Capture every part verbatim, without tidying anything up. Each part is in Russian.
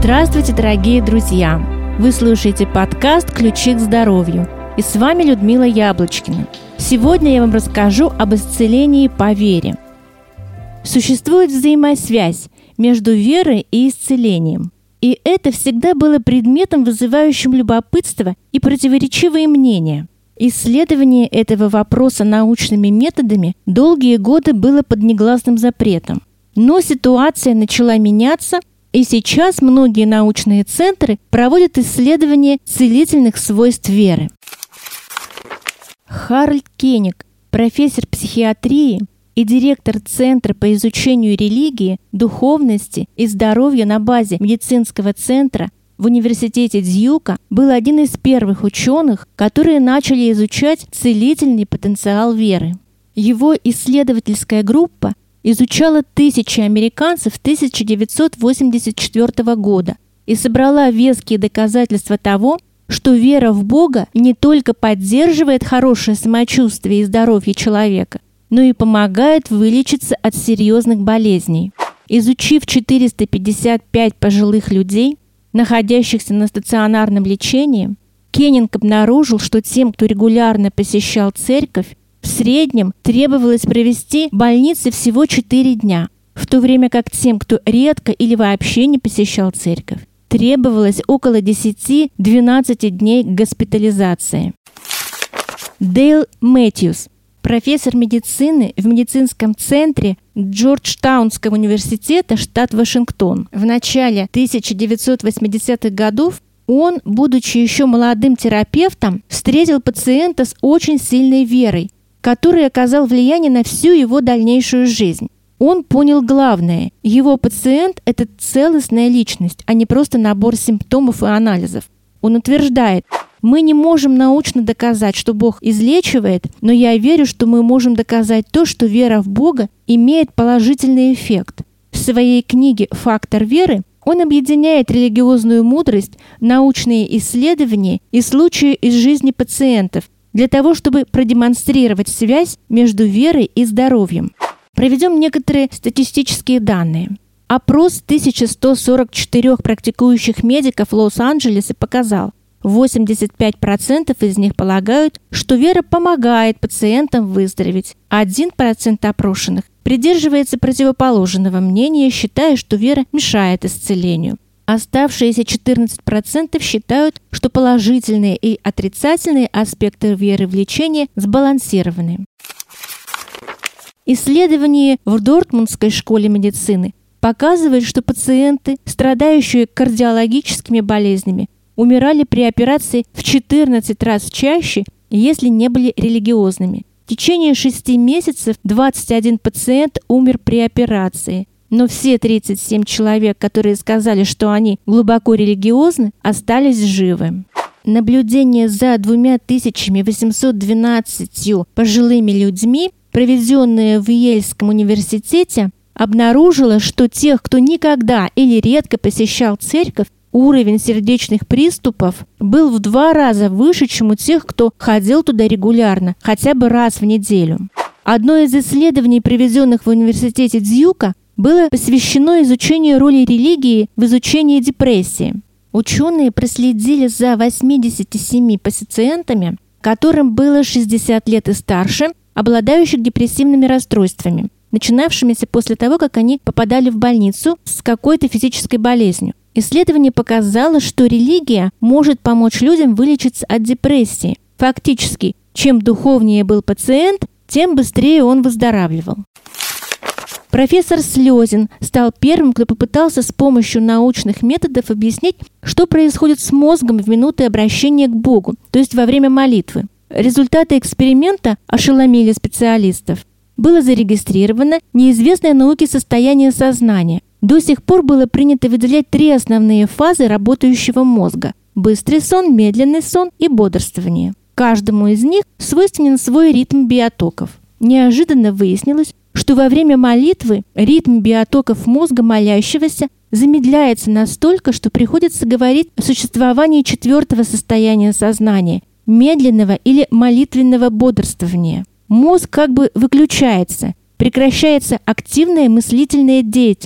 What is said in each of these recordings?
Здравствуйте, дорогие друзья! Вы слушаете подкаст «Ключи к здоровью». И с вами Людмила Яблочкина. Сегодня я вам расскажу об исцелении по вере. Существует взаимосвязь между верой и исцелением. И это всегда было предметом, вызывающим любопытство и противоречивые мнения. Исследование этого вопроса научными методами долгие годы было под негласным запретом. Но ситуация начала меняться, и сейчас многие научные центры проводят исследования целительных свойств веры. Харальд Кеник, профессор психиатрии и директор Центра по изучению религии, духовности и здоровья на базе медицинского центра в университете Дьюка, был один из первых ученых, которые начали изучать целительный потенциал веры. Его исследовательская группа изучала тысячи американцев тысяча девятьсот восемьдесят четвёртого года и собрала веские доказательства того, что вера в Бога не только поддерживает хорошее самочувствие и здоровье человека, но и помогает вылечиться от серьезных болезней. Изучив четыреста пятьдесят пять пожилых людей, находящихся на стационарном лечении, Кенинг обнаружил, что тем, кто регулярно посещал церковь, в среднем требовалось провести в больнице всего четыре дня, в то время как тем, кто редко или вообще не посещал церковь, требовалось около десяти-двенадцати дней госпитализации. Дейл Мэтьюс, профессор медицины в медицинском центре Джорджтаунского университета, штат Вашингтон. В начале тысяча девятьсот восьмидесятых годов он, будучи еще молодым терапевтом, встретил пациента с очень сильной верой, который оказал влияние на всю его дальнейшую жизнь. Он понял главное – его пациент – это целостная личность, а не просто набор симптомов и анализов. Он утверждает: «Мы не можем научно доказать, что Бог излечивает, но я верю, что мы можем доказать то, что вера в Бога имеет положительный эффект». В своей книге «Фактор веры» он объединяет религиозную мудрость, научные исследования и случаи из жизни пациентов для того, чтобы продемонстрировать связь между верой и здоровьем. Приведем некоторые статистические данные. Опрос тысяча сто сорок четырёх практикующих медиков Лос-Анджелеса показал, восемьдесят пять процентов из них полагают, что вера помогает пациентам выздороветь. один процент опрошенных придерживается противоположного мнения, считая, что вера мешает исцелению. Оставшиеся четырнадцать процентов считают, что положительные и отрицательные аспекты веры в лечение сбалансированы. Исследование в Дортмундской школе медицины показывает, что пациенты, страдающие кардиологическими болезнями, умирали при операции в четырнадцать раз чаще, если не были религиозными. В течение шести месяцев двадцать один пациент умер при операции, но все тридцать семь человек, которые сказали, что они глубоко религиозны, остались живы. Наблюдение за двумя тысячами восемьсот двенадцатью пожилыми людьми, проведенное в Йельском университете, обнаружило, что тех, кто никогда или редко посещал церковь, уровень сердечных приступов был в два раза выше, чем у тех, кто ходил туда регулярно, хотя бы раз в неделю. Одно из исследований, проведенных в университете Дьюка, было посвящено изучению роли религии в изучении депрессии. Ученые проследили за восемьдесят семь пациентами, которым было шестьдесят лет и старше, обладающих депрессивными расстройствами, начинавшимися после того, как они попадали в больницу с какой-то физической болезнью. Исследование показало, что религия может помочь людям вылечиться от депрессии. Фактически, чем духовнее был пациент, тем быстрее он выздоравливал. Профессор Слезин стал первым, кто попытался с помощью научных методов объяснить, что происходит с мозгом в минуты обращения к Богу, то есть во время молитвы. Результаты эксперимента ошеломили специалистов. Было зарегистрировано неизвестное науке состояние сознания. До сих пор было принято выделять три основные фазы работающего мозга – быстрый сон, медленный сон и бодрствование. Каждому из них свойственен свой ритм биотоков. Неожиданно выяснилось, что во время молитвы ритм биотоков мозга молящегося замедляется настолько, что приходится говорить о существовании четвертого состояния сознания – медленного или молитвенного бодрствования. Мозг как бы выключается, прекращается активная мыслительная деятельность.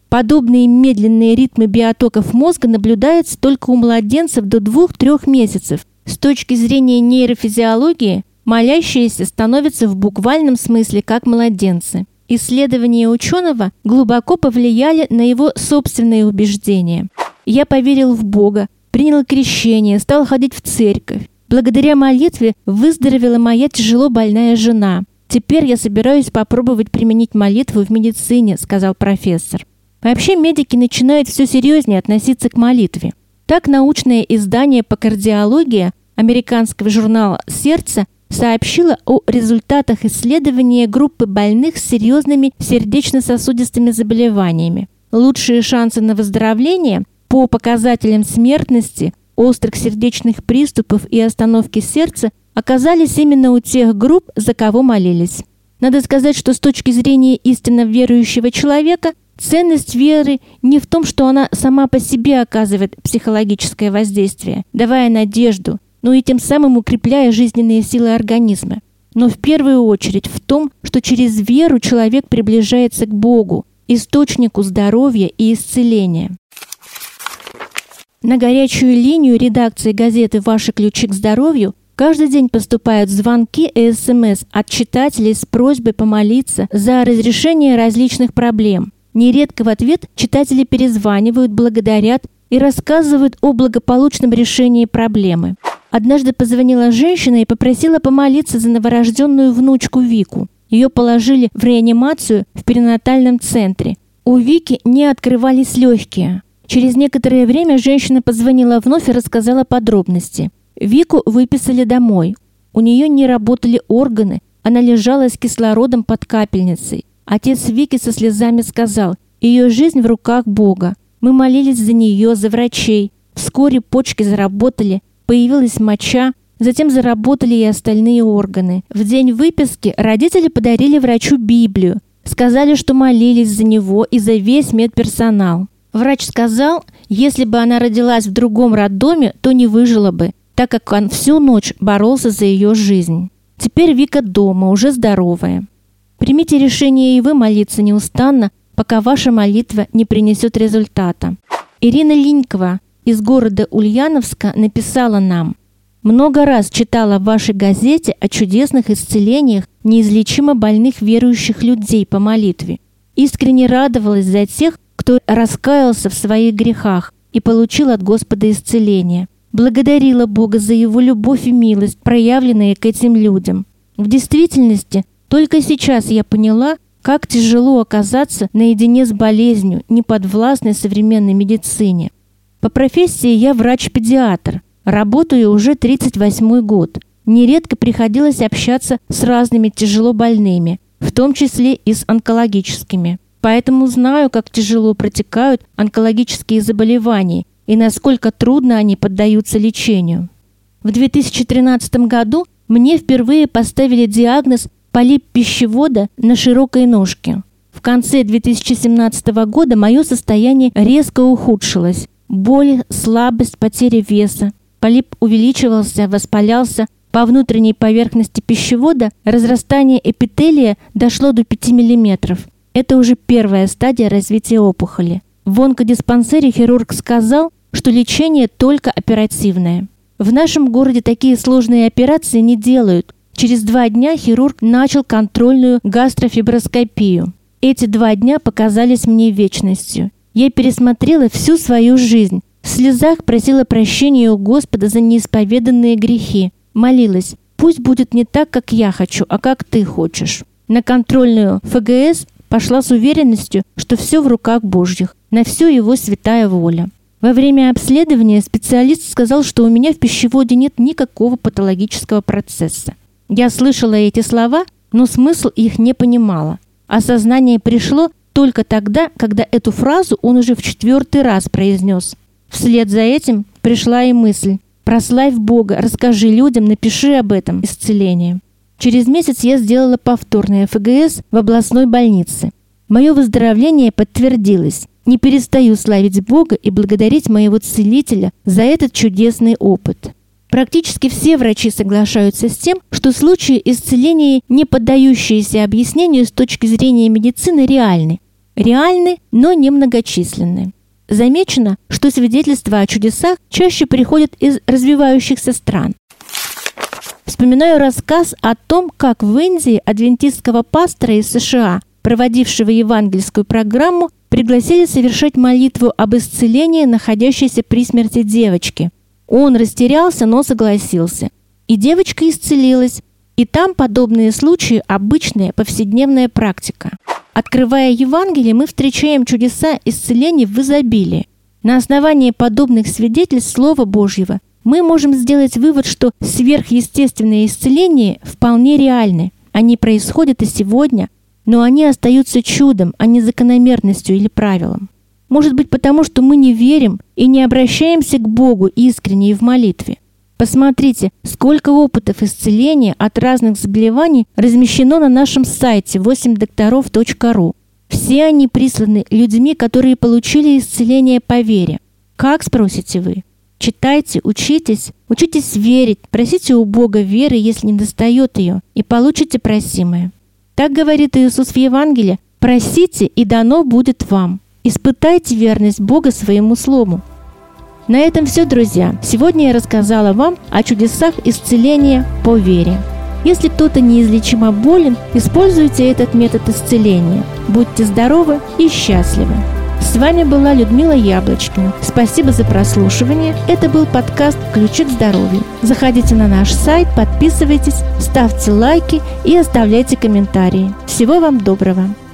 Подобные медленные ритмы биотоков мозга наблюдаются только у младенцев до двух-трёх месяцев. С точки зрения нейрофизиологии, молящиеся становятся в буквальном смысле как младенцы. Исследования ученого глубоко повлияли на его собственные убеждения. Я поверил в Бога, принял крещение, стал ходить в церковь. Благодаря молитве выздоровела моя тяжело больная жена. Теперь я собираюсь попробовать применить молитву в медицине, сказал профессор. Вообще медики начинают все серьезнее относиться к молитве. Так научное издание по кардиологии американского журнала «Сердце» сообщило о результатах исследования группы больных с серьезными сердечно-сосудистыми заболеваниями. Лучшие шансы на выздоровление по показателям смертности, острых сердечных приступов и остановки сердца оказались именно у тех групп, за кого молились. Надо сказать, что с точки зрения истинно верующего человека ценность веры не в том, что она сама по себе оказывает психологическое воздействие, давая надежду, но и тем самым укрепляя жизненные силы организма. Но в первую очередь в том, что через веру человек приближается к Богу, источнику здоровья и исцеления. На горячую линию редакции газеты «Ваши ключи к здоровью» каждый день поступают звонки и СМС от читателей с просьбой помолиться за разрешение различных проблем. Нередко в ответ читатели перезванивают, благодарят и рассказывают о благополучном решении проблемы. Однажды позвонила женщина и попросила помолиться за новорожденную внучку Вику. Ее положили в реанимацию в перинатальном центре. У Вики не открывались легкие. Через некоторое время женщина позвонила вновь и рассказала подробности. Вику выписали домой. У нее не работали органы, она лежала с кислородом под капельницей. Отец Вики со слезами сказал: «Ее жизнь в руках Бога. Мы молились за нее, за врачей. Вскоре почки заработали, появилась моча, затем заработали и остальные органы. В день выписки родители подарили врачу Библию, сказали, что молились за него и за весь медперсонал. Врач сказал, если бы она родилась в другом роддоме, то не выжила бы, так как он всю ночь боролся за ее жизнь. Теперь Вика дома, уже здоровая. Примите решение и вы молиться неустанно, пока ваша молитва не принесет результата». Ирина Линькова из города Ульяновска написала нам: «Много раз читала в вашей газете о чудесных исцелениях неизлечимо больных верующих людей по молитве. Искренне радовалась за тех, кто раскаялся в своих грехах и получил от Господа исцеление. Благодарила Бога за Его любовь и милость, проявленные к этим людям. В действительности, только сейчас я поняла, как тяжело оказаться наедине с болезнью, неподвластной современной медицине. По профессии я врач-педиатр, работаю уже тридцать восьмой год. Нередко приходилось общаться с разными тяжело больными, в том числе и с онкологическими. Поэтому знаю, как тяжело протекают онкологические заболевания и насколько трудно они поддаются лечению. В две тысячи тринадцатом году мне впервые поставили диагноз полип пищевода на широкой ножке. В конце две тысячи семнадцатого года мое состояние резко ухудшилось. Боль, слабость, потеря веса. Полип увеличивался, воспалялся. По внутренней поверхности пищевода разрастание эпителия дошло до пяти миллиметров. Это уже первая стадия развития опухоли. В онкодиспансере хирург сказал, что лечение только оперативное. В нашем городе такие сложные операции не делают. Через два дня хирург начал контрольную гастрофиброскопию. Эти два дня показались мне вечностью. Я пересмотрела всю свою жизнь. В слезах просила прощения у Господа за неисповеданные грехи. Молилась: пусть будет не так, как я хочу, а как ты хочешь. На контрольную эф гэ эс пошла с уверенностью, что все в руках Божьих, на все Его святая воля. Во время обследования специалист сказал, что у меня в пищеводе нет никакого патологического процесса. Я слышала эти слова, но смысл их не понимала. Осознание пришло только тогда, когда эту фразу он уже в четвертый раз произнес. Вслед за этим пришла и мысль: прославь Бога, расскажи людям, напиши об этом исцелении. Через месяц я сделала повторное эф гэ эс в областной больнице. Мое выздоровление подтвердилось. Не перестаю славить Бога и благодарить моего целителя за этот чудесный опыт. Практически все врачи соглашаются с тем, что случаи исцеления, не поддающиеся объяснению с точки зрения медицины, реальны. реальны, но немногочисленны. Замечено, что свидетельства о чудесах чаще приходят из развивающихся стран. Вспоминаю рассказ о том, как в Индии адвентистского пастора из США, проводившего евангельскую программу, пригласили совершать молитву об исцелении находящейся при смерти девочки. Он растерялся, но согласился. И девочка исцелилась. И там подобные случаи – обычная повседневная практика. Открывая Евангелие, мы встречаем чудеса исцелений в изобилии. На основании подобных свидетельств Слова Божьего мы можем сделать вывод, что сверхъестественные исцеления вполне реальны. Они происходят и сегодня, но они остаются чудом, а не закономерностью или правилом. Может быть, потому что мы не верим и не обращаемся к Богу искренне и в молитве. Посмотрите, сколько опытов исцеления от разных заболеваний размещено на нашем сайте восемь докторов точка ру. Все они присланы людьми, которые получили исцеление по вере. Как, спросите вы? Читайте, учитесь, учитесь верить, просите у Бога веры, если недостает ее, и получите просимое. Так говорит Иисус в Евангелии: «Просите, и дано будет вам». Испытайте верность Бога своему слову. На этом все, друзья. Сегодня я рассказала вам о чудесах исцеления по вере. Если кто-то неизлечимо болен, используйте этот метод исцеления. Будьте здоровы и счастливы. С вами была Людмила Яблочкина. Спасибо за прослушивание. Это был подкаст «Ключи к здоровью». Заходите на наш сайт, подписывайтесь, ставьте лайки и оставляйте комментарии. Всего вам доброго!